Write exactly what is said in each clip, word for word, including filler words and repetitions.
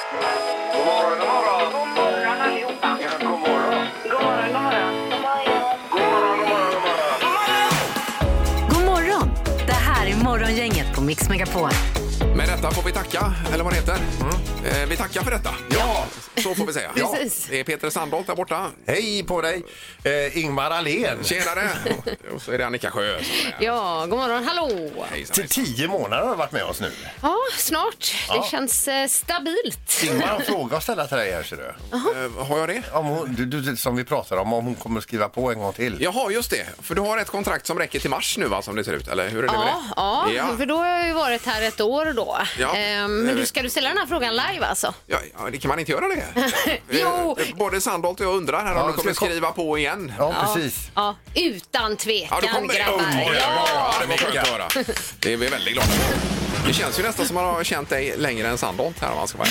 God morgon, god morgon. God morgon allihopa. Ja, god morgon. God morgon, god morgon. God morgon, god morgon, god morgon. God morgon! Det här är Morgongänget på Mix Megapol. Med detta får vi tacka, eller vad det heter. Mm. Eh, vi tackar för detta. Ja, så får vi säga. Ja. Precis. Det är Peter Sandholt där borta. Hej på dig, eh, Ingmar Ahlén. Tjenare. Och så är det Annika Sjö. Som är. Ja, god morgon, hallå! Hejsan, Till hejsan. tio månader har du varit med oss nu. Ja, snart. Ja. Det känns eh, stabilt. Ingmar har en fråga att ställa till dig här, ser du. Eh, har jag det? Om hon, du, du, som vi pratade om, om hon kommer skriva på en gång till. Jaha, just det. För du har ett kontrakt som räcker till mars nu, va, som det ser ut. Eller hur är det med Ja, det? ja, för då har jag ju varit här ett år då. Ja. Ehm, men du, ska du ställa den här frågan live alltså? Ja, ja, det kan man inte göra det. Jo. Eh, Både Sandholt och jag undrar här Ja, om du kommer ska vi- skriva på igen. Ja, precis. Ja, utan tvekan, Ja, du kommer... grabbar. Oh, ja, ja. det var skönt att höra. Det är vi väldigt glada. Det känns ju nästan som man har känt dig längre än Sandholt här, om man ska vara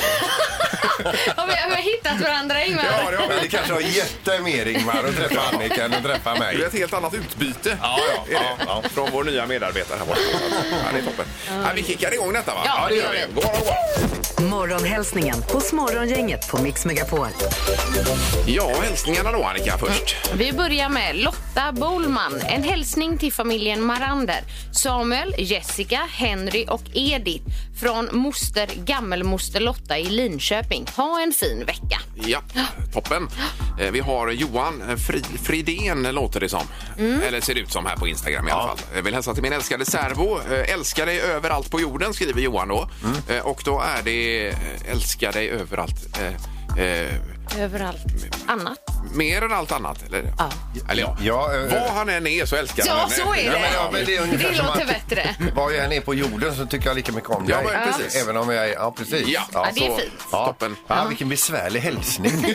Har vi, har vi hittat varandra, Ingmar? Ja, det har Men vi. det kanske har gett dig mer, Ingmar, att träffa Annika än att träffa Det är mig. ett helt annat utbyte. Ja, ja, Är det? ja, Från vår nya medarbetare här borta. Ja, det är toppen. Ja, vi kickar igång detta, va? Ja, det gör vi. God morgon, god morgon. Morgonhälsningen hos Morgongänget på Mix Megapol. Ja, hälsningarna då, Annika, först. Vi börjar med Lotta Bolman. En hälsning till familjen Marander. Samuel, Jessica, Henry och Edith från moster gammelmoster Lotta i Linköping. Ha en fin vecka. Ja, toppen. Eh, Vi har Johan Fri, Fridén, låter det som. Eller ser ut som här på Instagram i alla fall. Jag vill hälsa till min älskade servo. Eh, Älskar dig överallt på jorden, skriver Johan då. Eh, Och då är det eh, älskar dig överallt. Eh, eh, Överallt annat. mer än allt annat, eller? Ja. Eller ja. Ja, eh, Vad han än är så älskar han Ja, henne. så är Ja, det. men, ja, men det är ungefär Det som låter att- bättre. Var jag än är på jorden så tycker jag lika mycket om dig. Ja, men precis. Även om jag är... Ja, precis. Ja, Ja, det är så- fint. Ja. Toppen. Ja, vilken besvärlig hälsning.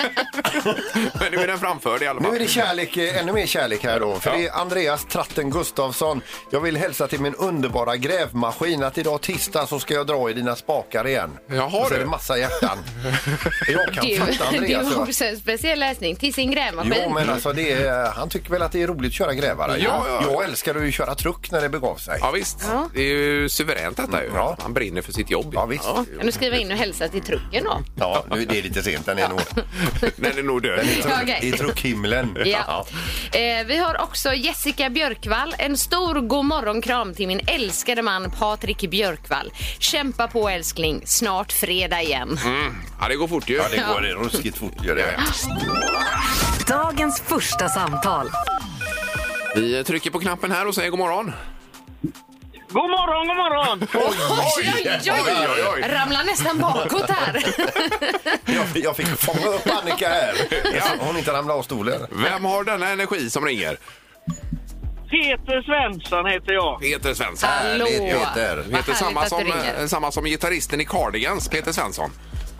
Men nu är den framförd i alla Nu fall. är det kärlek, eh, ännu mer kärlek här då. För Ja. det är Andreas Tratten Gustafsson. Jag vill hälsa till min underbara grävmaskin att idag tisdag så ska jag dra i dina spakar igen. Jaha, Och så är du. det massa hjärtan. Jag kan Du, fatta du Andreas. har Ja. också en speciell läsning till sin grävmaskin. Jo, men alltså det är, han tycker väl att det är roligt att köra grävare. Ja, ja. Jag älskar att ju köra truck när det begav sig. Ja, visst. Det är ju suveränt detta ju. Ja. Han brinner för sitt jobb. Ja, visst. Ja, kan du skriva in och hälsa till trucken då? Ja, nu, det är lite sent. Den är nog, Den är nog död. den är i truck- Okej. i truckhimlen. Ja. Eh, vi har också Jessica Björkvall. En stor god morgonkram till min älskade man Patrik Björkvall. Kämpa på älskling, snart fredag igen. Mm. Ja, det går fort ju. Ja, det går det ruskigt fort. Gör det. Dagens första samtal. Vi trycker på knappen här och säger god morgon. God morgon, god morgon. Oj, oj, oj, oj, oj. Ramlar nästan bakåt här. Jag, jag fick fånga upp Annika här. Ja. Hon inte ramlade av stolen. Vem har denna energi som ringer? Peter Svensson heter jag. Peter Svensson. Hallå. Härligt, Peter. Du heter Vad samma härligt att som, du ringer. eh, samma som gitarristen i Cardigans, Peter Svensson.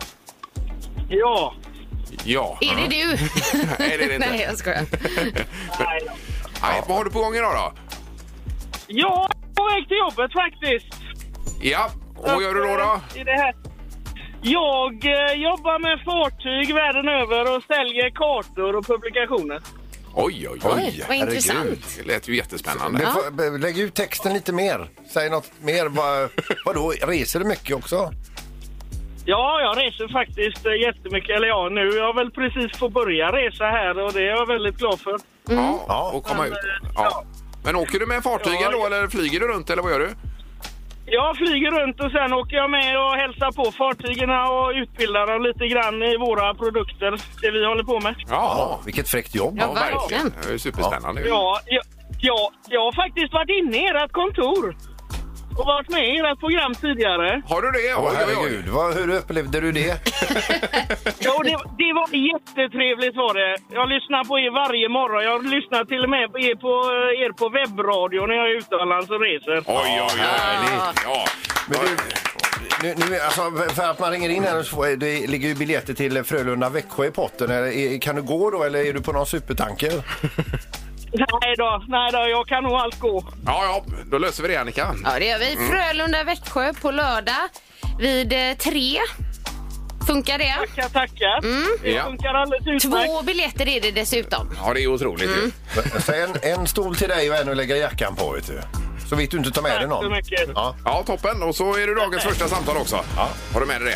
Ja. Ja. Är det du? Nej, det är det inte. Nej, jag skojar. Nej. Nej, vad har du på gång idag då? Jag är på väg till jobbet faktiskt. Ja, och vad gör du då då? I det här. Jag eh, jobbar med fartyg världen över och säljer kartor och publikationer. Oj, oj, oj. Oj, vad intressant. Det lät ju jättespännande. Det får, be- lägg ut texten lite mer. Säg något mer. Vad, vadå, reser du mycket också? Ja, jag reser faktiskt eh, jättemycket. Eller ja, nu har jag väl precis fått börja resa här och det är jag väldigt glad för. Ja, Ja. och komma Men, ut. eh, Ja. Men åker du med fartygen Ja. då eller flyger du runt eller vad gör du? Jag flyger runt och sen åker jag med och hälsar på fartygen och utbildar dem lite grann i våra produkter, det vi håller på med. Ja, Vilket fräckt jobb. Ja, verkligen. Det är superspännande. Ja, jag, jag, jag har faktiskt varit inne i ert kontor och varit med i ert program tidigare. Har du det? Åh, Oj, oj, oj. herregud. Vad, hur upplevde du det? Ja, det, det var jättetrevligt var det. Jag lyssnar på er varje morgon. Jag lyssnar till och med på er på, er på webbradio när jag är utomlands och reser. Oj, oj, oj. Ja. Men du, nu, nu, alltså, för att man ringer in här så får- det ligger ju biljetter till Frölunda-Växjö i potten. Är- är- Kan du gå då eller är du på någon supertanker? Nej då, nej då, jag kan nog allt gå. Ja, ja, då löser vi det, Annika. Ja, det gör vi. Frölunda-Växjö på lördag vid eh, tre. Funkar det? Tackar, tackar. Det Ja. funkar alldeles utmärkt. Två biljetter är det dessutom. Ja, det är otroligt ju. Så en, en stol till dig och en att lägga jackan på, vet du. Så vitt du inte tar med dig Tack så någon. mycket. Ja. Ja, toppen. Och så är det dagens första samtal också. Ja. Har du med dig det?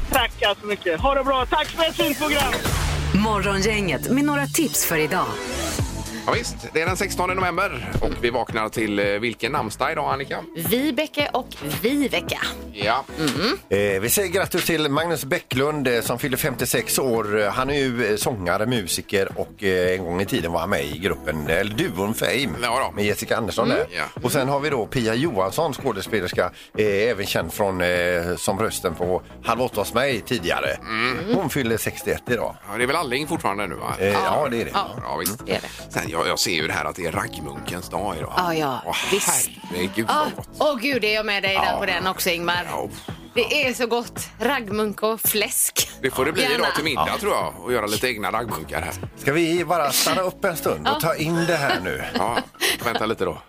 tackar så mycket. Ha det bra. Tack för ett fint program. Morgongänget med några tips för idag. Ja, visst, det är den sextonde november och vi vaknar till eh, vilken namnsdag idag, Annika? Vibeke och Viveka. Ja. Eh, vi säger grattis till Magnus Bäcklund eh, som fyller femtiosex år. Han är ju eh, sångare, musiker och eh, en gång i tiden var han med i gruppen, eller duon Fame Ja då. med Jessica Andersson där. Ja. Och sen har vi då Pia Johansson, skådespelerska, eh, även känd från eh, som rösten på Halv åtta hos mig tidigare. Hon fyller sextioett idag. Ja, det är väl Alling fortfarande nu, va? Eh, ja. det är det. Ja. Ja, visst. Det är det. Sen, jag, jag ser ju det här att det är raggmunkens dag idag. Ja, ja, Åh, visst. herregud Åh, vad gott. åh gud, är jag med dig där Ja. på den också, Ingmar. Ja, Det är så gott. Raggmunk och fläsk. det får det bli Gärna. idag till middag, tror jag. Och göra lite egna raggmunkar här. Ska vi bara stanna upp en stund och ta in det här nu? Ja, vänta lite då.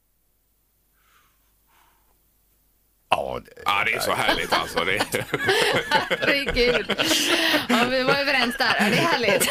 Ja, det, Ja, det är så härligt alltså. Det är... Herregud. Ja, vi var överens där. Ja, det är härligt.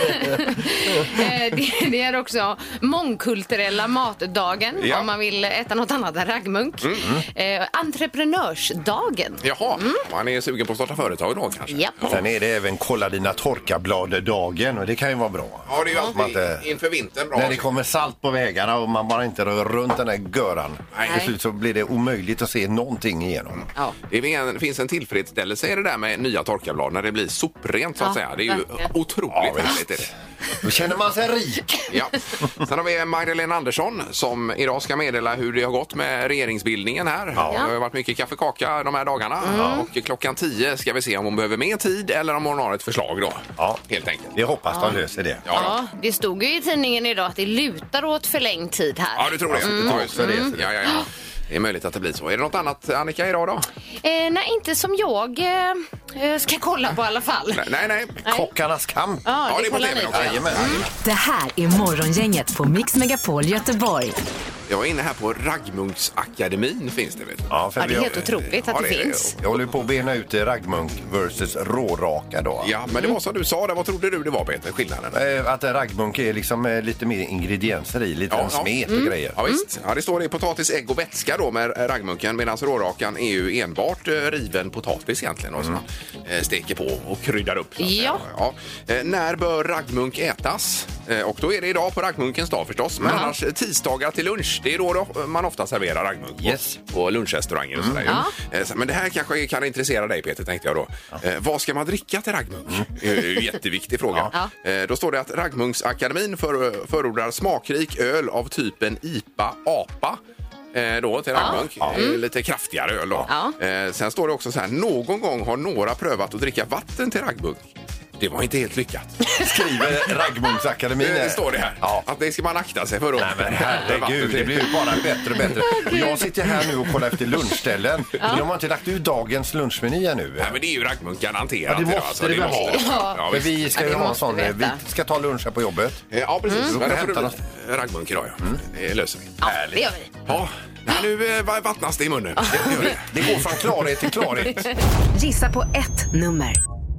Eh, det, det är också mångkulturella matdagen Ja. om man vill äta något annat än raggmunk. Eh, entreprenörsdagen. Jaha, man är sugen på att starta företag då kanske. Ja. sen är det även kolla dina torkablad-dagen och det kan ju vara bra. Ja, det är ju alltid Man inte- inför vintern bra. När det kommer salt på vägarna och man bara inte rör runt den här göran. Nej. Till slut så blir det omöjligt att se någonting igenom. Ja. Det är en, finns en tillfredsställelse i det där med nya torkarblad när det blir soprent så att Ja, säga. Det är ju verkligen. otroligt Ja, visst. härligt. Är det. Då känner man sig rik. Ja. Sen har vi Magdalena Andersson som idag ska meddela hur det har gått med regeringsbildningen här. Det har varit mycket kaffekaka de här dagarna. Och klockan tio ska vi se om hon behöver mer tid eller om hon har ett förslag då. Ja. Helt enkelt. Vi hoppas de löser det. Ja, då. Ja, det stod ju i tidningen idag att det lutar åt förlängd tid här. Ja, du tror det. Mm. Ja, just det. Ja, ja, ja. Det är möjligt att det blir så. Är det något annat, Annika, idag då? Eh, nej, inte som jag eh, ska kolla på i alla fall. Nej, nej. nej. Nej. Kockarnas kamp. Ja, Ja, det det är på kollar T V ni också. på. Jajamän. Det här är Morgongänget på Mix Megapol Göteborg. Jag är inne här på Raggmunksakademin finns det, vet du. Ja, för Ja, det är vi- helt otroligt att Ja, det, det är det. finns. Jag håller på att bena ut det raggmunk versus råraka då. Ja, men det var som du sa. Där. Vad trodde du det var, Peter? Skillnaden? Eh, Att en raggmunk är liksom eh, lite mer ingredienser i, lite Ja, en ja. smet och grejer. Ja, visst. Ja, det står det potatis, ägg och vätska då med raggmunken medan rårakan är ju enbart eh, riven potatis egentligen och som man eh, steker på och kryddar upp. så att säga. Ja. Ja. Eh, när bör raggmunk ätas? Eh, och då är det idag på raggmunkens dag förstås. Men annars eh, tisdagar till lunch. Det är då, då man ofta serverar raggmunk på, Yes. på lunchrestauranger och sådär. ju. Eh, så- men det här kanske kan intressera dig, Peter, tänkte jag då. Eh, vad ska man dricka till raggmunk? Det är ju en jätteviktig fråga. Ja. Eh, då står det att Raggmunksakademin för, förordar smakrik öl av typen I P A A P A. Eh, då till raggmunk. Eh, Lite kraftigare öl då. Ja. Eh, sen står det också så här, någon gång har några prövat att dricka vatten till raggmunk. Det var inte helt lyckat. Skriver Raggmunksakademin Det här. står det här. Ja. Att det ska man akta sig för. Då. Nej, men herregud, det blir ju bara bättre och bättre. Och jag sitter här nu och kollar efter lunchställen. Men de har inte lagt ut dagens lunchmeny ännu. Nej, men det är ju raggmunk garanterat. Ja, det idag, måste det väl ha. det. Ja, Men visst. vi ska Ja, ju det ha en måste sån, vi vi veta. ska ta lunch här på jobbet. Eh, Ja, precis. Mm. Men då Hämta får det något. bli raggmunk idag, ja. Det löser vi. Ja, det gör vi. Ja, nej, nu eh, vattnas det i munnen. Det gör det. Det går från klarhet till klarhet. Gissa på ett nummer.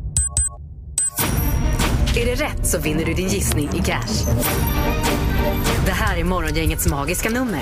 Är det rätt så vinner du din gissning i cash. Det här är Morgongängets magiska nummer.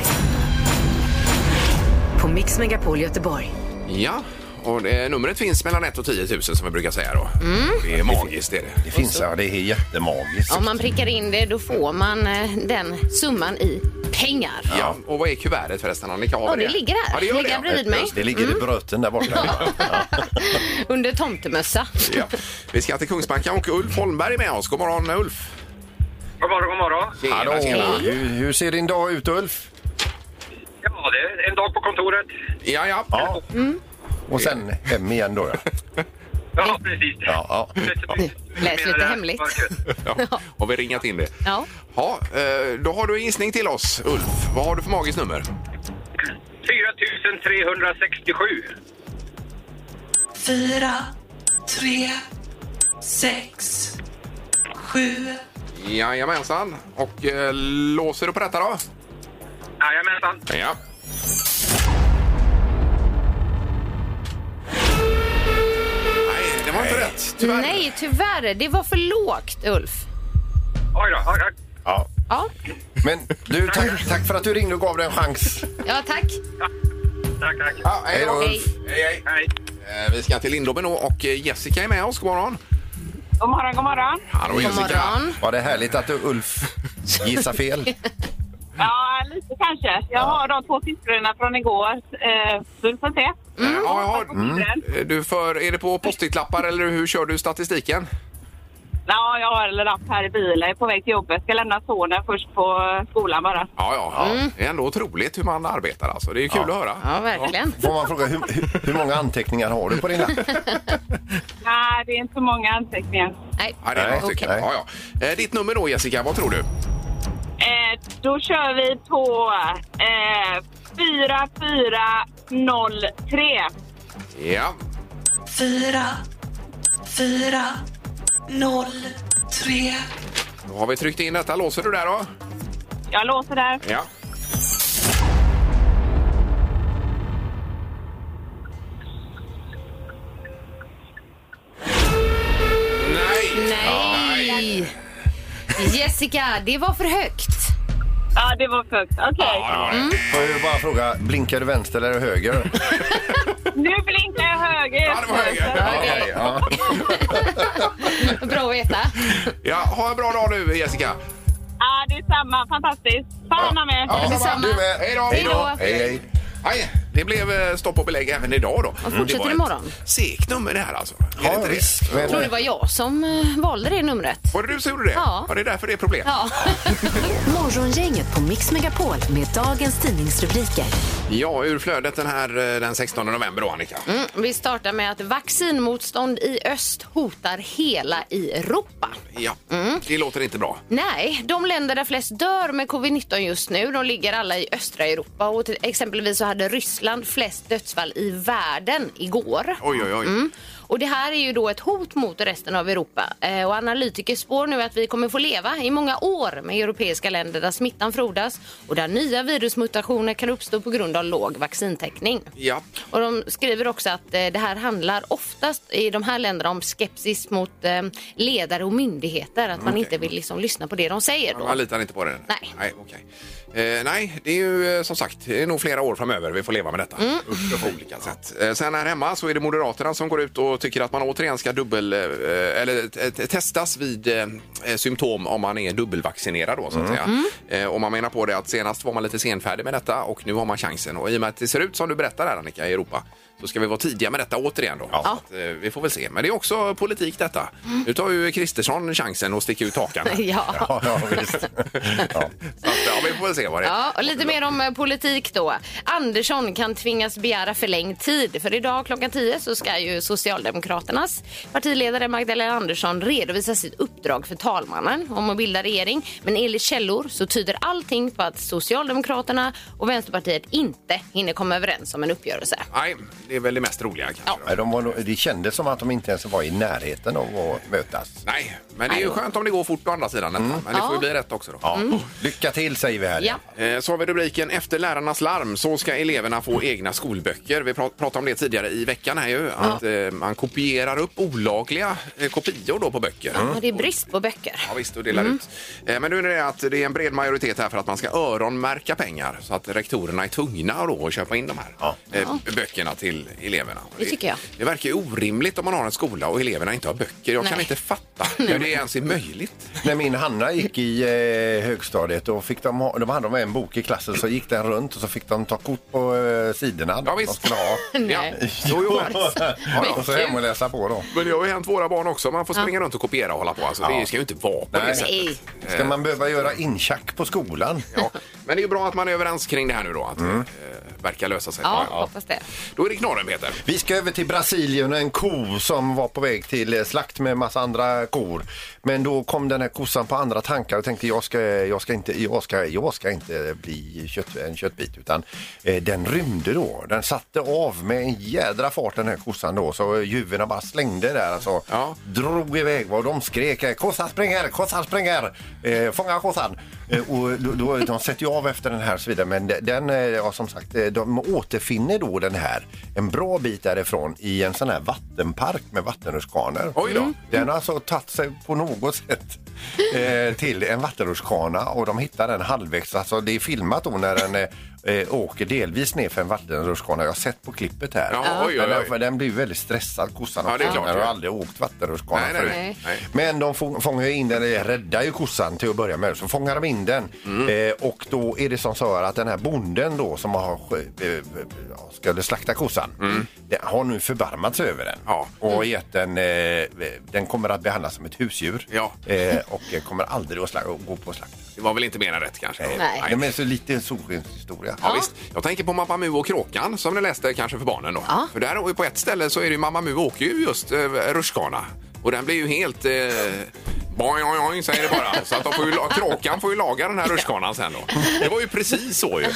På Mix Megapol Göteborg. Ja, och det, numret finns mellan ett och tio tusen som vi brukar säga då. Det är magiskt, det är det. Det finns, ja, det är jättemagiskt. Om man prickar in det, då får man eh, den summan i pengar. Ja, och vad är kuvertet förresten, Annika? Har Ja, vi det ligger där. Ja, det gör Ligger det. bredvid mig. Det ligger i bröten där borta. Under tomtemössa. Ja. Vi ska till Kungsbacka och Ulf Holmberg är med oss. God morgon, Ulf. God morgon, god morgon. Tjena, Hallå, tjena. hur, hur ser din dag ut, Ulf? Ja, det är en dag på kontoret. Ja, ja. Ja. Och sen hem igen då. Ja. Ja, precis. Ja, ja. Lät lite hemligt. ja. Har vi ringat in det? Ja. Ja, eh, då har du en gissning till oss, Ulf. Vad har du för magiskt nummer? fyra tusen trehundrasextiosju. Fyra, tre, sex, sju. Jajamensan. Och eh, låser du på detta då? Jajamensan. Ja. Nej, det var inte rätt. Tyvärr. Nej, tyvärr. Det var för lågt, Ulf. Oj då, oj, oj. Ja. Ja, Men du, tack, tack för att du ringde och gav dig en chans. ja tack. Tack, tack. Ja, hej då, Hej då, Ulf. Hej. Hej, hej. Hej. Eh, vi ska till Lindome då och Jessica är med oss. God morgon. God morgon, god morgon. Hallå God Jessica. morgon. Var det härligt att du, Ulf, gissar fel? Ja, lite kanske. Jag har de två siffrorna från igår. Eh, du får se. Mm. Ja, ja. Mm. Du för, är det på postitlappar eller hur kör du statistiken? Ja, jag har en lapp här i bilen. Jag är på väg till jobbet. Jag ska lämna sonen först på skolan bara. Ja, ja. ja. Mm. Det är ändå otroligt hur man arbetar alltså. Det är ju kul Ja. att höra. Ja, verkligen. Får man fråga, hur, hur, hur många anteckningar har du på din lapp? Nej, det är inte så många anteckningar. Nej. Ja, det är några stycken. Nej. Ja, ja. Eh, ditt nummer då Jessica, vad tror du? Eh, då kör vi på eh, fyra fyra noll tre. Ja. fyra, fyra, noll, tre. Då har vi tryckt in detta. Låser du där då? Jag låser där. Ja. Nej. Nej. Jessica, det var för högt. Ja, det var högt. Okej. Ja, det var det. Får jag bara fråga, blinkar du vänster eller höger? Nu blinkar jag höger. Ja, det var höger. Ja, okej, ja. Bra att veta. Ja, ha en bra dag nu Jessica. Ja, det är samma. Fantastiskt. Fan ja. med. Ja, Detsamma. du med. Hej då. Hej då. Hej, hej. Nej, det blev eh, stopp och belägg även idag då. Och fortsätter det var imorgon. ett segt nummer det här alltså. Är det Ja, inte det? visst. Jag tror det var jag som eh, valde det numret. Var det du som gjorde det? Ja. Ja, det är därför det är problem. Ja. Morgongänget på Mix Megapol med dagens tidningsrubriker. Ja, ur flödet den här eh, den sextonde november då, Annika. Mm, vi startar med att vaccinmotstånd i öst hotar hela Europa. Ja, det låter inte bra. Nej, de länder där flest dör med covid nitton just nu, de ligger alla i östra Europa. Och till, exempelvis så hade Ryssland flest dödsfall i världen igår. Oj, oj, oj. Mm. Och det här är ju då ett hot mot resten av Europa. Eh, och analytiker spår nu att vi kommer få leva i många år med europeiska länder där smittan frodas och där nya virusmutationer kan uppstå på grund av låg vaccintäckning. Ja. Och de skriver också att eh, det här handlar oftast i de här länderna om skepsis mot eh, ledare och myndigheter. Att man Okej. inte vill liksom lyssna på det de säger då. Man litar inte på det? Nej. Nej, okej. Eh, nej, det är ju eh, som sagt, det är nog flera år framöver vi får leva med detta. Mm. På olika sätt. Eh, sen här hemma så är det Moderaterna som går ut och tycker att man återigen ska dubbel, eh, eller t- t- testas vid eh, symptom om man är dubbelvaccinerad då så att säga. Mm. Eh, och man menar på det att senast var man lite senfärdig med detta och nu har man chansen. Och i och med att det ser ut som du berättar här Annika i Europa så ska vi vara tidiga med detta återigen då. Ja. Så att, eh, vi får väl se. Men det är också politik detta. Nu tar ju Kristersson chansen att sticka ut hakan här. Ja. Ja, ja, visst. Ja. Så att, ja, vi får väl se vad det är. Ja, och lite mer om eh, politik då. Andersson kan tvingas begära förlängd tid. För idag klockan tio så ska ju Socialdemokraternas partiledare Magdalena Andersson redovisa sitt uppdrag för talmannen om att bilda regering. Men enligt källor så tyder allting på att Socialdemokraterna och Vänsterpartiet inte hinner komma överens om en uppgörelse. Nej, det är väl det mest roliga kanske. Ja. då. Nej, de var, nog- det kändes som att de inte ens var i närheten av att mötas. Nej, men det är ju skönt om det går fort på andra sidan detta. Men det får ju Ja. bli rätt också då. Ja. Lycka till säger vi här. Ja. Eh, Så har vi rubriken Efter lärarnas larm så ska eleverna få egna skolböcker. Vi pra- pratade om det tidigare i veckan här ju. Att eh, man kopierar upp olagliga eh, kopior då på böcker. Ja, det är brist på böcker. Ja visst, och delar ut. Eh, Men nu är det att det är en bred majoritet här för att man ska öronmärka pengar så att rektorerna är tvungna då att köpa in de här Ja. eh, böckerna till eleverna. Det tycker jag. Det verkar ju orimligt om man har en skola och eleverna inte har böcker. Jag kan Nej. inte fatta hur det ens är möjligt. När min Hanna gick i eh, högstadiet och fick de, ha, de hade med en bok i klassen så gick den runt och så fick de ta kort på eh, sidorna. Ja, visst. De skulle ha. Nej. Ja, så gjorde jag. Ja, Och så hem och läsa på då. Men det har ju hänt våra barn också. Man får springa runt och kopiera och hålla på. Alltså, Ja. Det ska ju inte vara på det Nej. sättet. Nej. Ska man behöva göra inchack på skolan? Ja. Men det är ju bra att man är överens kring det här nu då. Att det eh, verkar lösa sig. Ja, hoppas det. Då är det knorren, Peter. Vi ska över till Brasilien och en ko som var på väg till eh, slakt med massa andra kor. Men då kom den här kossan på andra tankar och tänkte jag ska, jag ska, inte, jag ska, jag ska inte bli kött, en köttbit utan eh, den rymde då. Den satte av med en jädra fart den här kossan då så djuren bara slängde där alltså. Ja. Drog iväg och de skrek kossan springer, kossan springer, eh, fånga kossan. Eh, och då, då, de sätter ju av efter den här så vidare men den, eh, ja, som sagt, eh, de återfinner då den här en bra bit därifrån i en sån här vattenpark med vattenrutschkanor. Oj då. Den har alltså tagit sig på något sätt eh, till en vattenrutschkana och de hittar den halvvägs. Alltså det är filmat då när den eh, åker delvis ner för en vattenrutschkana. Jag har sett på klippet här. Ja, oj, oj, oj. Den, den blir väldigt stressad, kossan. Ja, det är klart, den har ja. aldrig åkt vattenrutschkana Nej, nej, förut. nej, nej. Men de få- fångar in den, räddar ju kossan till att börja med. Så fångar de in den Mm. eh, och då är det som så här att den här bonden då som har eh, skulle slakta kossan, Mm. den har nu förbarmats över den. Ja. Och gett den, eh, den kommer att behandlas som ett husdjur. Ja. Eh, och kommer aldrig att, slag, att gå på slakt. Det var väl inte mer än rätt kanske? Nej. Det är så lite solskenshistoria. Ja, visst. Jag tänker på Mamma Mu och Kråkan som ni läste kanske för barnen då. Ja. För där och på ett ställe så är det ju Mamma Mu åker ju just eh, rutschkana. Och den blir ju helt... Eh, boing, boing, boing, säger det bara. Så att de får ju, Kråkan får ju laga den här rutschkanan sen då. Det var ju precis så ju.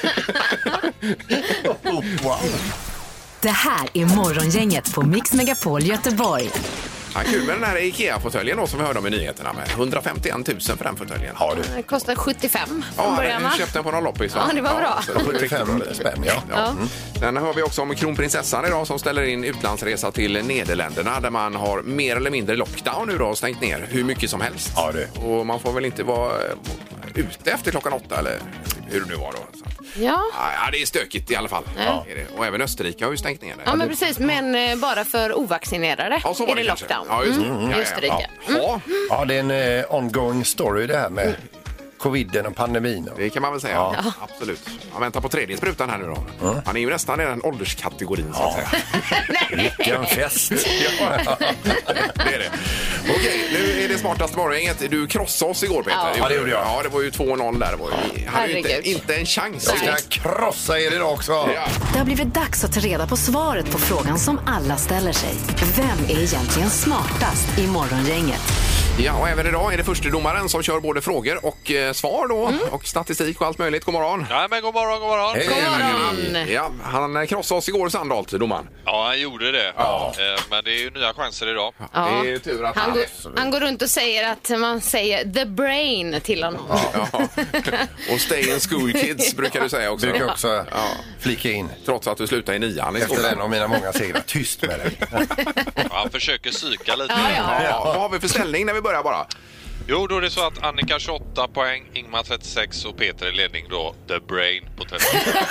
Wow. Det här är Morgongänget på Mix Megapol Göteborg. Ja, kul med den här IKEA-fåtöljen då som vi hörde om i nyheterna med. hundrafemtioen tusen för den fåtöljen. Har du? Det kostar sjuttiofem från Ja, början, va? jag köpte den på någon loppis. Ja, det var bra. så det var riktigt sjuttiofem bra. spänn, ja. Ja. Mm. Sen hör vi också om kronprinsessan idag som ställer in utlandsresa till Nederländerna där man har mer eller mindre lockdown nu då och stängt ner hur mycket som helst. Ja, det. Och man får väl inte vara eh, ute efter klockan åtta eller hur det nu var då. Så att, Ja. ja, det är stökigt i alla fall. Ja. Är det. Och även Österrike har ju stängt ner det. Ja, men precis. Men eh, bara för ovaccinerade Ja, så är var det det kanske. lockdown. Ja, just det. Mm, Ja, ja, ja. Österrike. Ja, Ja, det är en eh, ongoing story det här med coviden och pandemin. Och... det kan man väl säga. Ja. Absolut. Man väntar på tredje sprutan här nu då. Han är ju nästan i den ålderskategorin så att säga. Vilken fest! Ja, det är det. Okej, nu är det smartaste morgongänget. Du krossade oss igår, Peter. Ja. det gjorde jag. Ja, det var ju två noll där. Det var ju, hade ju inte, Herregud. inte en chans. Jag ska krossa er idag också. Ja. Det har blivit dags att ta reda på svaret på frågan som alla ställer sig. Vem är egentligen smartast i Morgongänget? Ja, och även idag är det förstedomaren som kör både frågor och eh, svar då. Och statistik och allt möjligt. God morgon. Ja, men god morgon, god morgon. Hej. God morgon. Ja, han eh, krossade oss igår, Sandholt, domaren. Ja, han gjorde det. Ja. Eh, Men det är ju nya chanser idag. Ja. Det är ju tur att Han, han... går, han går runt och säger att man säger the brain till honom. Ja. Och stay in school kids brukar du säga också. Brukar också flika in Trots att du slutar i nian i efter skolan. en av mina många segrar. Tyst med dig. Ja, han försöker psyka lite. Ja, ja. Ja, vad har vi för ställning när vi börjar bara? Jo, då är det så att Annika tjugoåtta poäng, Ingmar trettiosex och Peter i ledning då. The brain på trettiosex.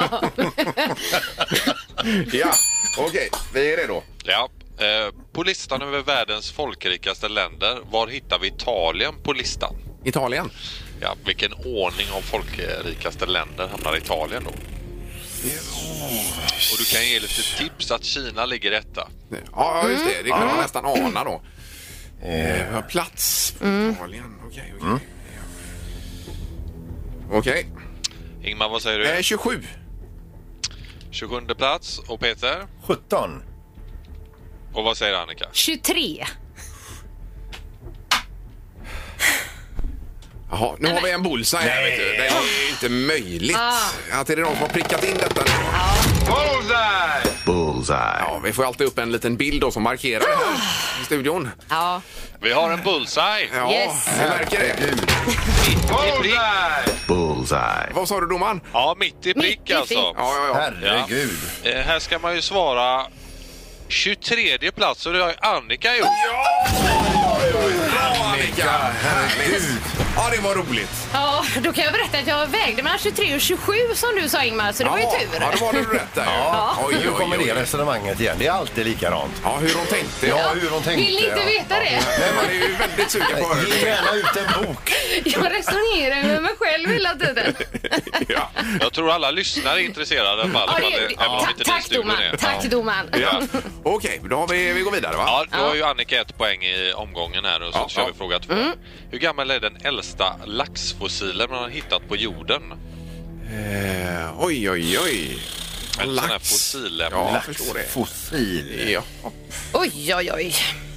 Ja, okej. Vi är redo. Ja. Eh, på listan över världens folkrikaste länder, var hittar vi Italien på listan? Italien. Ja, vilken ordning av folkrikaste länder hamnar Italien då? Och du kan ge lite tips att Kina ligger etta. Ja, just det. Det kan man nästan ana då. Eh, plats. Italien. Okej, okej. Okej. Ingmar, vad säger du? Eh, tjugosju. tjugosjunde plats. Och Peter? sjutton. Och vad säger Annika? tjugotre. Jaha, nu har vi en bullseye här, vet du. Det är ju inte möjligt. Att är det någon som har prickat in detta nu? Bullseye! Bullseye. Ja, vi får alltid upp en liten bild då som markerar det här i studion. Ja. Vi har en bullseye. Ja, Yes. vi märker det. Mitt i prick. Bullseye. Vad sa du, domaren? Ja, mitt i Mitt i prick prick. alltså. Ja, ja, ja. Herregud. Eh, här ska man ju svara tjugotredje plats och det har ju Annika gjort. Annika, härligt. Ja, det var roligt. Ja, då kan jag berätta att jag vägde mellan tjugotre och tjugosju som du sa, Ingmar, så det var ju tur. Ja, då var det rätt där. Ja. Oj, Nu oj, kommer oj. det resonemanget igen. Det är alltid likadant. Ja, hur de tänkte. Ja, Ja. hur de tänkte. Vill ni inte ja. veta det? Nej, man är ju väldigt sugen på att höra Ge det. gärna ut en bok. Jag resonerar med mig själv hela tiden. Ja. Jag tror alla lyssnare är intresserade i alla fall. Ja, det, även om ta, inte tack, din studion domaren. är. Tack, domaren. Ja. Okej, då har vi, vi går vidare, va? Ja, då har ju Annika ett poäng i omgången här och så Ja, kör ja. vi fråga två. Hur gammal är den äldsta laxfossilen man har hittat på jorden? Eh, oj, oj, oj. En sån här fossilämne. Ja, jag förstår det. Fossil. Ja. Oj, oj, oj.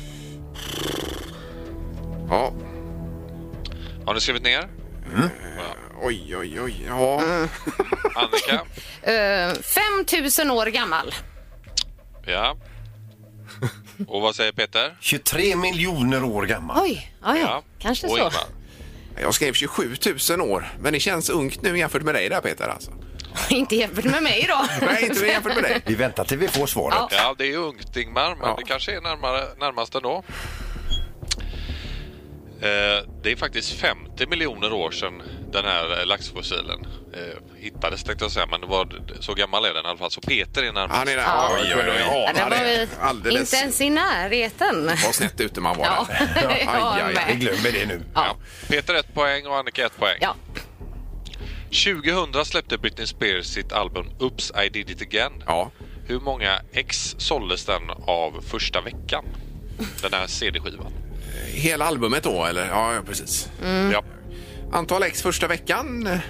Ja. Har ni skrivit ner? Oj, oj, oj. Ja. Annika? Uh, fem tusen år gammal. Ja. Och vad säger Peter? tjugotre miljoner år gammal. Oj, ja, ja. Kanske Och så. Ingmar? Jag skrev tjugosju tusen år. Men det känns ungt nu jämfört med dig där, Peter. Alltså. Inte jämfört med mig då. Nej, inte jämfört med dig. Vi väntar till vi får svaret. Ja. Ja, det är ju ungt Ingmar, men Ja. det kanske är närmare, närmast ändå. Eh, det är faktiskt femtio miljoner år sedan den här laxfossilen eh, hittades, tänkte jag säga, men det var, så gammal är den i alla fall. Så Peter är närmast. Han är där. Ja. Oj, oj, oj. Ja, det var vi Alldeles inte ens i närheten. vad snett ute man var Ja. där. Aj, aj, aj. Vi glömmer det nu. Ja. Peter ett poäng och Annika ett poäng. Ja. tjugohundra släppte Britney Spears sitt album Oops, I did it again. Ja. Hur många ex såldes den av första veckan? Den här C D-skivan. Hela albumet då, eller? Ja, ja, precis. Ja. Antal ex första veckan? Eh.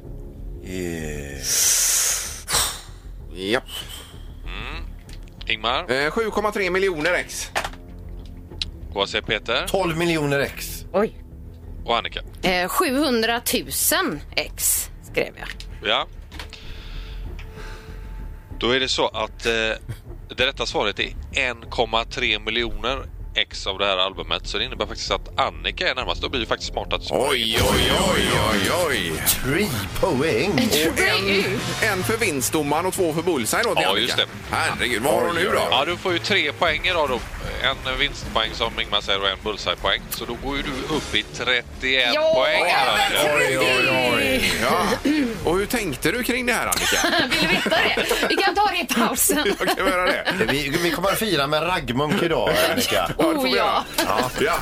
Ja. Ingmar, Eh, sju komma tre miljoner ex. vad säger Peter? tolv miljoner ex. Oj. Och Annika? Eh, sjuhundratusen ex skrev jag. Ja. Då är det så att eh, det rätta svaret är en komma tre miljoner ex av det här albumet. Så det innebär faktiskt att Annika är närmast. Då blir det faktiskt smart att svara. Oj, oj, oj, oj, oj. Tre poäng. En, en för vinstdomaren och två för bullseye då till Ja, Annika. just det. Herregud, vad har hon nu då? Ja, du får ju tre poäng idag då. En vinstpoäng som Ingmar säger och en bullseye-poäng. Så då går ju du upp i trettioen Ja! poäng här. Annika. Oj, oj, oj. Ja. Och hur tänkte du kring det här, Annika? Vill du veta det? Vi kan ta det i pausen. Jag kan göra det. Vi, vi kommer att fira med raggmunk idag, Annika. Ja, det får vi Oh, ja. göra. Ja.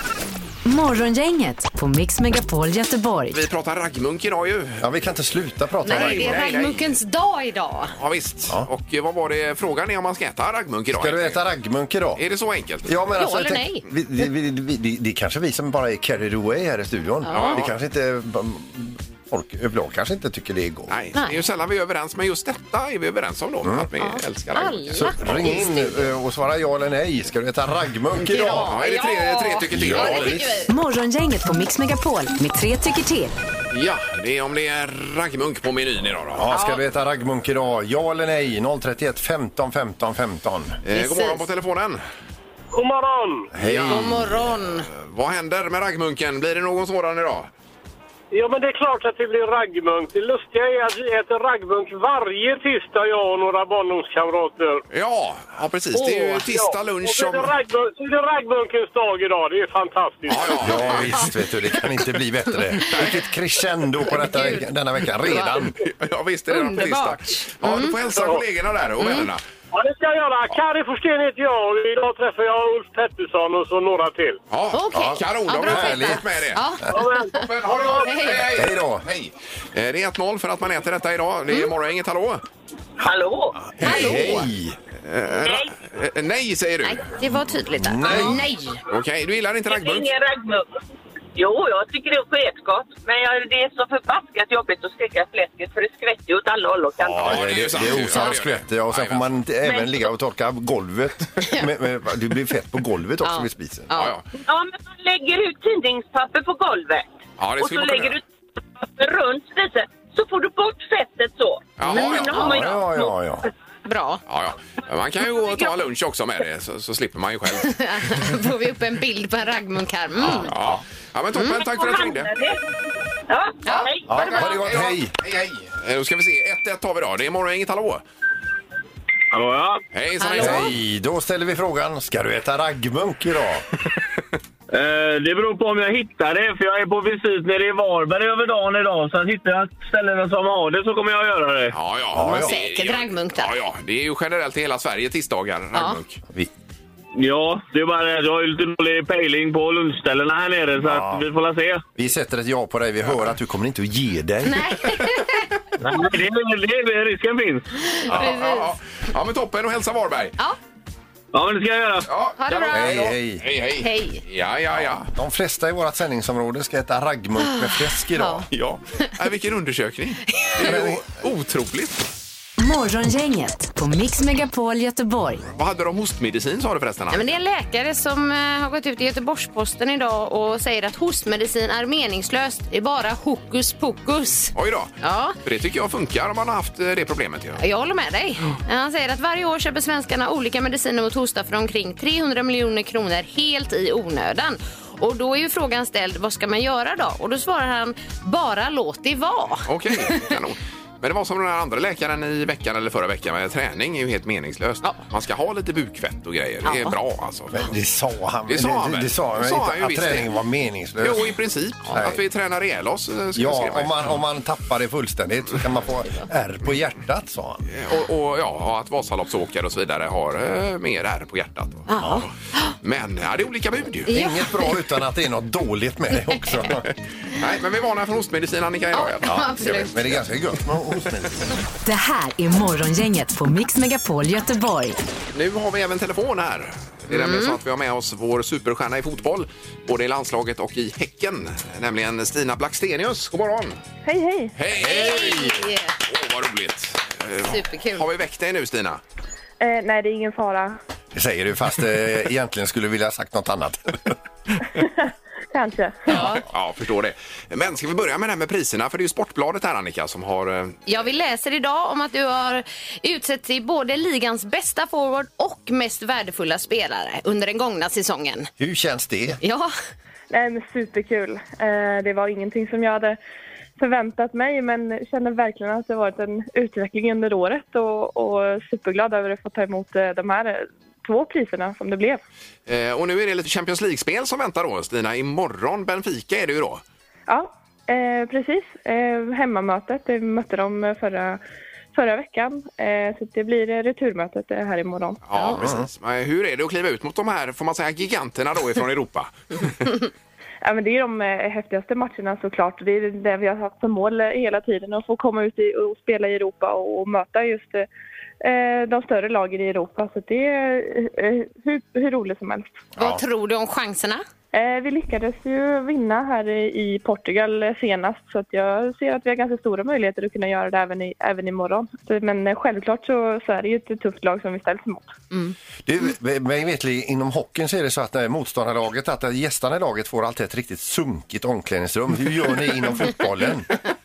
Morgongänget på Mix Megapol Göteborg. Vi pratar raggmunk idag ju. Ja, vi kan inte sluta prata om Nej, det raggmunk. är nej. raggmunkens dag idag. Ja, visst. Ja. Och eh, vad var det frågan är om man ska äta raggmunk idag? Ska du äta raggmunk idag? Är det så enkelt? Ja, men Ja alltså, eller jag tänk- vi, vi, vi, vi, det, det är kanske vi som bara är carried away här i studion. Ja. Det kanske inte... Folk överlag kanske inte tycker det är gott. Nej, Nej. det är ju sällan vi är överens, men just detta är vi överens om då. Att vi älskar raggmunk. Så Alla. ring in eh, och svara ja eller nej. Ska du äta raggmunk idag? Ja, är det tre, Ja. tre tycker till? Ja, det tycker vi. Morgongänget på Mix Megapol med tre tycker till. Ja, det är om det är raggmunk på menyn idag då. Ja, ska du äta raggmunk idag? Ja eller nej? noll tre ett femton femton femton. Eh, god morgon på telefonen. God morgon! Hej. God morgon. Vad händer med raggmunken? Blir det någon sådan idag? Ja, men det är klart att det blir raggmunk. Det lustiga är att vi äter raggmunk varje tisdag, jag och några barndomskamrater. Ja, ja precis. Det är ju Åh. tisdag Och lunch så är som... det, raggmunk, så är det raggmunkens dag idag. Det är fantastiskt. Ja, ja. Ja visst, vet du, det kan inte bli bättre. Vilket crescendo på detta, denna veckan redan. Ja, visst är det redan på tisdag. Underbart. Ja, du får hälsa kollegorna där och vännerna. Ja, det ska jag göra. Kari Forsten heter jag och idag träffar jag Ulf Pettersson och så några till. Ja, Okej. ja, kanon. Ja, Då har bra vi härligt. fått med det. Ja. Ja, men, Men ha det gott. Hej. Hej då. Hej. Eh, Det är ett noll för att man äter detta idag. Det är morgongänget, hallå? Hallå? Hej. Eh, ra- eh, nej, säger du. Nej, det var tydligt där. Nej. Nej. Okej, du gillar inte Det är raggmunk? ingen raggmunk. Jo, jag tycker det är sketgott. Men jag, det är så förbaskat jobbigt att steka fläsket för det skvätter ju åt alla håll och kanter. Ja, Ja, det, det är ju sant. det är Ja, osant det är skvätt. det. Ja, och sen får man inte även Men- ligga och torka golvet. med, med, det blir fett på golvet också Ja. vid spisen. Ja, ja. Ja, men man lägger ut tidningspapper på golvet. Ja, det och skulle så man lägger kunna du papper runt spisen. Så får du bort fettet så. Jaha, Men ja. då har man ju- Ja, ja, ja. Bra. Ja, ja. Man kan ju gå och ta lunch också med det, så, så slipper man ju själv. Då får vi upp en bild på en raggmunk här. Mm. Ja, ja men toppen. Tack för att du ringde. Ja, ja. Hej. Ja, ha det gott, hej. Hej, hej. Eh, Då ska vi se. ett ett har vi då. Det är morgongänget, hallå? Hallå, ja. Hej, så Hallå? hejsan. Hej, då ställer vi frågan. Ska du äta raggmunk idag? Eh, det beror på om jag hittar det, för jag är på visit nere i Varberg över dagen idag. Så att hittar jag ställena som har det så kommer jag göra det. Ja, ja. Ja, ja. Säkert raggmunk där. Ja, ja. Det är ju generellt i hela Sverige tisdagar, raggmunk. Vi, Ja, det är bara det. Jag har ju lite dålig pejling på lunchställena här nere så Ja. att vi får la se. vi sätter ett ja på dig. Vi hör att du kommer inte att ge dig. Nej. Nej, det är, det är, risken finns. Ja, ja, ja. Ja, men toppen och hälsa Varberg. Ja, Ja, men det ska jag göra. Ja, ha det bra. Hej, hej. Hej, hej. Hej. Ja, ja, ja. De flesta i vårt sändningsområde ska äta raggmunk med fläsk idag. Ja, äh, vilken undersökning. Det är ju otroligt. Morgongänget på Mix Megapol Göteborg. Vad hade de hostmedicin, sa du förresten? Ja, men det är en läkare som eh, har gått ut i Göteborgs-Posten idag och säger att hostmedicin är meningslöst. Det är bara hokus pokus. Oj då. Ja. För det tycker jag funkar om man har haft eh, det problemet. Ja. Jag håller med dig. Han säger att varje år köper svenskarna olika mediciner mot hosta för omkring trehundra miljoner kronor helt i onödan. Och då är ju frågan ställd, vad ska man göra då? Och då svarar han, bara låt det vara. Okej, kanon. Men det var som den här andra läkaren i veckan eller förra veckan med träning är ju helt meningslöst. Ja. Man ska ha lite bukfett och grejer. Det är Ja. bra alltså. Men det sa han. Det sa han det, väl? det sa han, Det sa han ju inte, att visst träningen det. var meningslös. Jo, i princip. Nej. Att vi tränar ihjäl oss. ska vi Ja, skriva. om man, om man tappar det fullständigt så kan man få ärr på hjärtat, sa han. Och, och ja, att Vasaloppsåkare och så vidare har eh, mer ärr på hjärtat. Ja. Men ja, det är olika bud ju. Ja. Inget bra utan att det är något dåligt med det också. Nej, men vi varnar från ostmedicin, Annika, idag. Ja, Ja. absolut. Men det är ganska gött med ostmedicin. Det här är Morgongänget på Mix Megapol Göteborg. Nu har vi även telefon här. Det är nämligen så att vi har med oss vår superstjärna i fotboll, både i landslaget och i Häcken, nämligen Stina Blackstenius. God morgon! Hej, hej! Hej! Hej! Åh, vad roligt! Eh, Superkul. Har vi väckt dig nu, Stina? Eh, nej, det är ingen fara. Det säger du fast eh, egentligen skulle vilja ha sagt något annat. Kanske. Ja. Ja, förstår det. Men ska vi börja med det här med priserna? För det är ju Sportbladet här, Annika, som har... eh, Ja, vi läser idag om att du har utsett till både ligans bästa forward och mest värdefulla spelare under den gångna säsongen. Hur känns det? Ja, Nej, men superkul. Eh, det var ingenting som jag hade förväntat mig, men känner verkligen att det varit en utveckling under året och, och superglad över att få ta emot eh, de här eh, två priserna som det blev. eh, Och nu är det lite Champions League-spel som väntar då, Stina. Imorgon Benfica är det ju då. Ja, eh, precis. Eh, hemmamötet, vi mötte dem förra, förra veckan. Eh, så det blir eh, returmötet eh, här imorgon. Ja, precis. Men hur är det att kliva ut mot de här, får man säga, giganterna då ifrån Europa? Ja, men det är de eh, häftigaste matcherna såklart. Det är det vi har haft som mål eh, hela tiden. Att få komma ut i, och spela i Europa och, och möta just eh, de större lagen i Europa. Så det är eh, hur, hur roligt som helst. vad tror du om chanserna? Eh, vi lyckades ju vinna här i, i Portugal eh, senast. Så att jag ser att vi har ganska stora möjligheter att kunna göra det även, i, även imorgon. Så, men eh, självklart så, så är det ju ett tufft lag som vi ställs emot. Du, men vet ni, inom hockeyn så är det så att när motståndarlaget, att gästarna i laget får alltid ett riktigt sunkigt omklädningsrum. Hur gör ni inom fotbollen?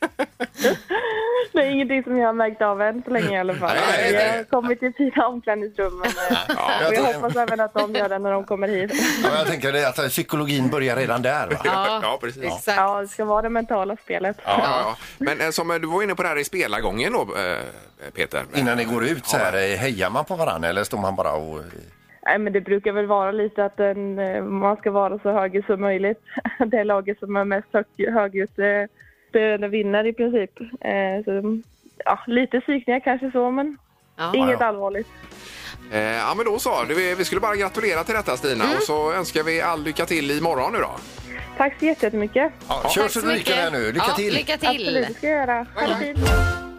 Det är ingenting som jag har märkt av än så länge i alla fall. Nej, nej, nej. Jag har kommit till fina omklädningsrum. Men, eh, Ja, och jag jag, hoppas även att de gör det när de kommer hit. ja, jag tänker det att psykologin börjar redan där, va? Ja, Ja, precis. exakt. Ja, det ska vara det mentala spelet. Ja, ja, ja. Men eh, som eh, du var inne på det här i spelargången då, eh, Peter. Innan ni går ut så här, eh, hejar man på varandra eller står man bara och... Nej, men det brukar väl vara lite att en, eh, man ska vara så hög som möjligt. Det laget som är mest hög, högljutt eh, det vinner i princip. Eh, så, ja, lite psykningar kanske så, men Ja. inget Ja, ja. allvarligt. Eh, ja, men då så. Du, vi skulle bara gratulera till detta, Stina. Och så önskar vi all lycka till imorgon nu då. Tack så jättemycket. Ja, kör Tack så så du lyckas mycket. här nu. Lycka Ja, till! lycka till. Absolut, det ska jag göra. Ha det fint.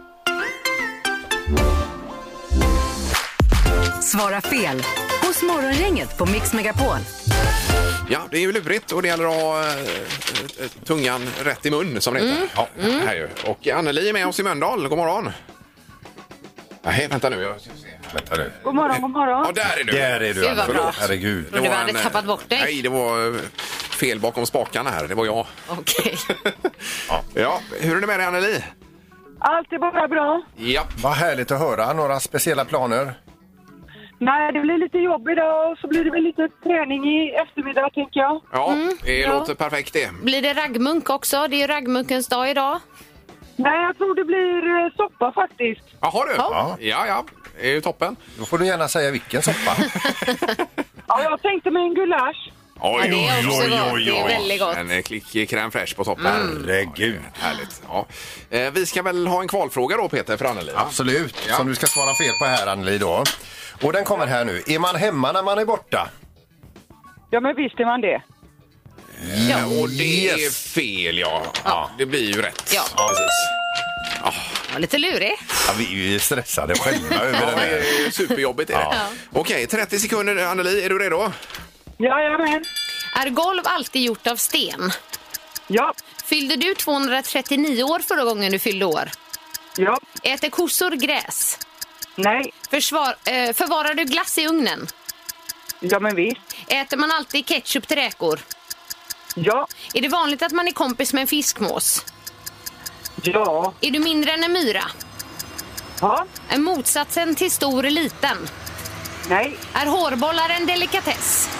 Svara fel hos Morgongänget på Mix Megapol. Ja, det är ju lurigt och det gäller att ha eh, eh, tungan rätt i mun, som det heter. Ja, här ju. Och Anneli är med oss i Mölndal. God morgon. Nej, vänta nu. Jag ska se. Vänta nu. God morgon, god morgon. Ja, där är du. Där är du, Gud, vad Anna. bra. Herregud. Trodde vi var hade en, eh, tappat bort dig. Nej, det var eh, fel bakom spakarna här. Det var jag. Okej. Ja, hur är det med dig, Anneli? Allt är bara bra. Ja. Vad härligt att höra. Några speciella planer? Nej, det blir lite jobb idag och så blir det väl lite träning i eftermiddag, tänker jag. Ja, det ja. låter perfekt det. Blir det raggmunk också? Det är ju raggmunkens dag idag. Nej, jag tror det blir eh, soppa faktiskt. Jaha du. Ja. Ja, ja. Det är ju toppen. Då får du gärna säga vilken soppa. Ja, jag tänkte med en gulasch. Oj, Ja, det är också gott. Det är väldigt gott. En eh, klick crème fraîche på toppen. Herregud. Härligt. Ja. Eh, vi ska väl ha en kvalfråga då, Peter, för Anneli? va? Absolut. Ja. Som du ska svara fel på här, Anneli, då. Och den kommer här nu. Är man hemma när man är borta? Ja, men visst är man det. Ja, och det är fel, ja. ja. Det blir ju rätt. Ja. Precis. Det var lite lurig. Ja, vi är ju stressade själva över Ja, den det här. är superjobbigt. Är det. Ja. Okej, trettio sekunder, Anneli. Är du redo? Jajamän. Är golv alltid gjort av sten? Ja, Fyllde du tvåhundratrettionio år förra gången du fyllde år? ja, Äter kossor gräs? nej, Försvar, eh, förvarar du glass i ugnen? ja men visst. Äter man alltid ketchup till räkor? Ja, Är det vanligt att man är kompis med en fiskmås? ja, Är du mindre än en myra? ja, Är motsatsen till stor eller liten? nej, Är hårbollar en delikatess?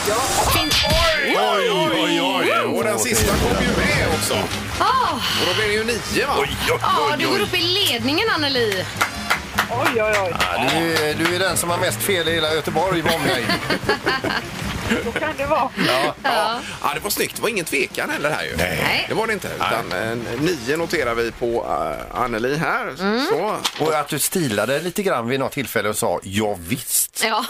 Oj, oj, oj, oj. Och den sista kom ju med också. Ah. Och då blir det ju nio, va? Oj, oj, Ja, oj, du går oj. upp i ledningen, Anneli. Oj, oj, oj. Ja, du, är, du är den som har mest fel i hela Göteborg, var med. Så kan det vara. Ja. Ja. Ja, det var snyggt. Det var ingen tvekan heller här ju. Nej. Det var det inte. Utan, eh, nio noterar vi på uh, Anneli här. Mm. Så. Och att du stilade lite grann vid något tillfälle och sa ja visst. Ja.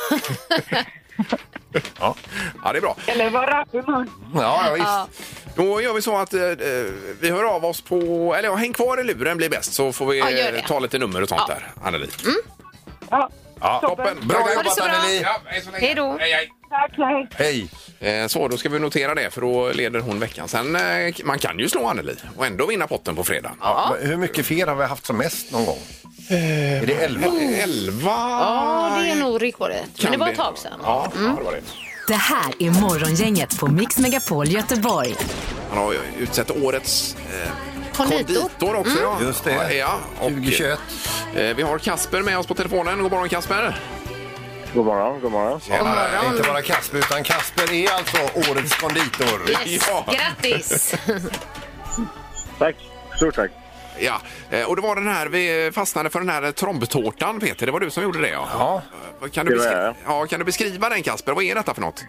Ja. Ja, det är bra. Eller var rapp i mun. Ja, ja visst. Ja. Då gör vi så att eh, vi hör av oss på... Eller ja, häng kvar i luren blir bäst så får vi Ja, gör det. eh, ta lite nummer och sånt Ja. där, Anneli. Ja, Ja. Toppen. Bra Ha det jobbat så bra. Anneli. Ja, hej så länge. Hej då. Hej, hej. tack, hej. Hej. Eh, Så, då ska vi notera det för då leder hon veckan. Sen, eh, man kan ju slå Anneli och ändå vinna potten på fredag. Ja. Hur mycket fel har vi haft som mest någon gång? Är det elva? Elva? Ja, det är nog rekordet. Men det var ett bli. tag sedan. Ja, ja, det var det. Det här är Morgongänget på Mix Megapol Göteborg. Han har ju utsett årets eh, Konditor. konditor också. Ja. Just det. Ja, ja. Och, tjugohundratjugoett. eh, vi har Kasper med oss på telefonen. God morgon, Kasper. God morgon, god morgon. Ja, inte bara Kasper utan Kasper är alltså årets konditor. Yes. Ja. Grattis! Tack, stort tack. Ja, eh, och det var den här, vi fastnade för den här trombtårtan, Peter. Det var du som gjorde det, ja. Ja. Eh, Kan du, Det var beskri- jag. ja, kan du beskriva den, Kasper? Vad är detta för något?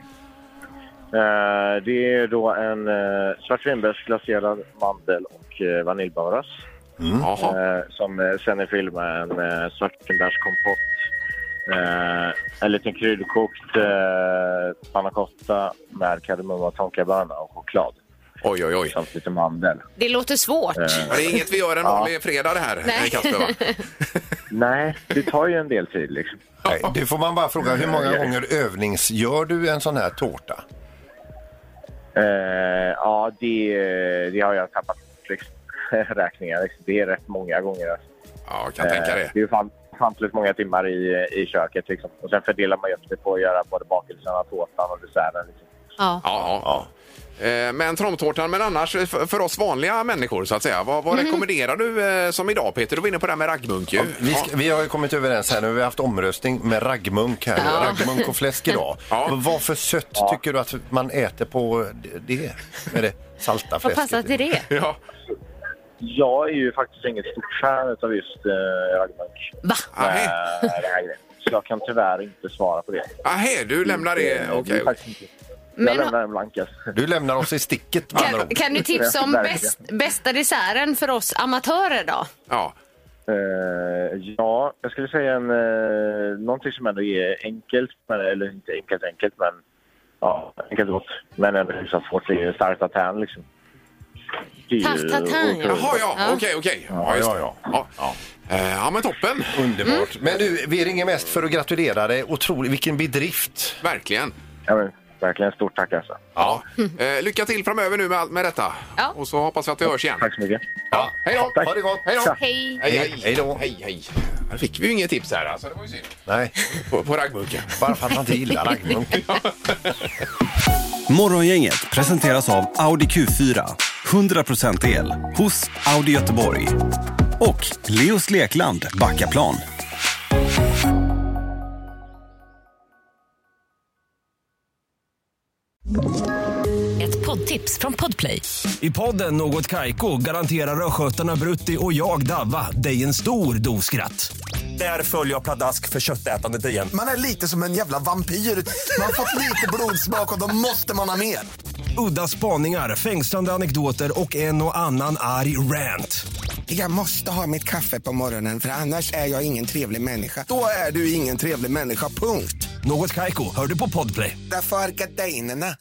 Eh, det är då en uh, svartvinbärsglaserad mandel och uh, vaniljbaras. Jaha. Eh, som uh, sen är fylld med en uh, svartvinbärskompott. Uh, en liten kryddkokt uh, panna cotta med kardemumma, tonkabönna och choklad. Oj, oj, oj. Samt lite mandel. Det låter svårt. Eh, Ja, det är inget vi gör en vanlig fredag det här, Nej. Kasper, va? nej, det tar ju en del tid liksom. Nej, det får man bara fråga. Hur många gånger övningsgör du en sån här tårta? Eh, ja, det, det har jag tappat liksom, räkningar. Liksom. Det är rätt många gånger. Alltså. Ja, jag kan tänka Eh, det. det är ju fan, fantligt många timmar i, i köket. Liksom. Och sen fördelar man upp det på att göra både bakelserna, tårtan och desserten. Liksom. Ja. Ja, ja. Eh, Men trombtårtan, men annars för för oss vanliga människor så att säga. Vad, vad rekommenderar du eh, som idag, Peter? Du var inne på det här med raggmunk ju. Vi, ska, vi har ju kommit överens här nu. Vi har haft omröstning med raggmunk här nu. Ja. Raggmunk och fläsk idag. Ja. Vad för sött tycker du att man äter på det? Med det salta Vad fläsket? passar till det? Ja. Jag är ju faktiskt inget stort fan av just eh, raggmunk. Va? Ahä. Eh, det här grejen. Så jag kan tyvärr inte svara på det. Ahä, du lämnar det. Eh, Okej. det är faktiskt inte. Men- Jag lämnar den blankas. Du lämnar oss i sticket med andra Kan, ord. kan du tipsa om Verkligen. bäst, bästa desserten för oss amatörer då? Ja. Eh, ja, jag skulle säga en, eh, någonting som ändå är enkelt, men, eller inte enkelt enkelt, men ja, enkelt gott. Men ändå hyfsat svårt, det är ju starkt tartan liksom. Det är ju Tart tatin, ja. otroligt. Jaha, ja. Ja. Okej, okej. Ja, just det. ja, Ja. Eh, Ja, men toppen. Underbart. Men du, vi ringer mest för att gratulera dig. Otroligt, vilken bedrift. Verkligen. Ja, men, verkligen stort tack alltså. Ja. Eh, lycka till framöver nu med, med detta. Ja. Och så hoppas vi att vi hörs igen. Tack så mycket. Ja. Hej då. Tack. Ha det gott. Hej då. Hej! Hej, hej. Hej då. Hej, hej. Här fick vi ju inget tips här alltså. Det var ju synd. Nej, På, på raggmunken. bara för att man inte gillar raggmunk. Morgongänget presenteras av Audi Q fyra. hundra procent el hos Audi Göteborg. Och Leos Lekland Backaplan. Ett poddtips från Podplay. I podden Något Kaiko garanterar östgötarna Brutti och jag Davva dig en stor dos skratt. Där följer jag pladask för köttätandet igen. Man är lite som en jävla vampyr. Man har fått lite blodsmak och då måste man ha mer. Udda spaningar, fängslande anekdoter och en och annan arg rant. Jag måste ha mitt kaffe på morgonen för annars är jag ingen trevlig människa. Då är du ingen trevlig människa, punkt. Något Kaiko, hör du på Podplay. Därför är gardinerna.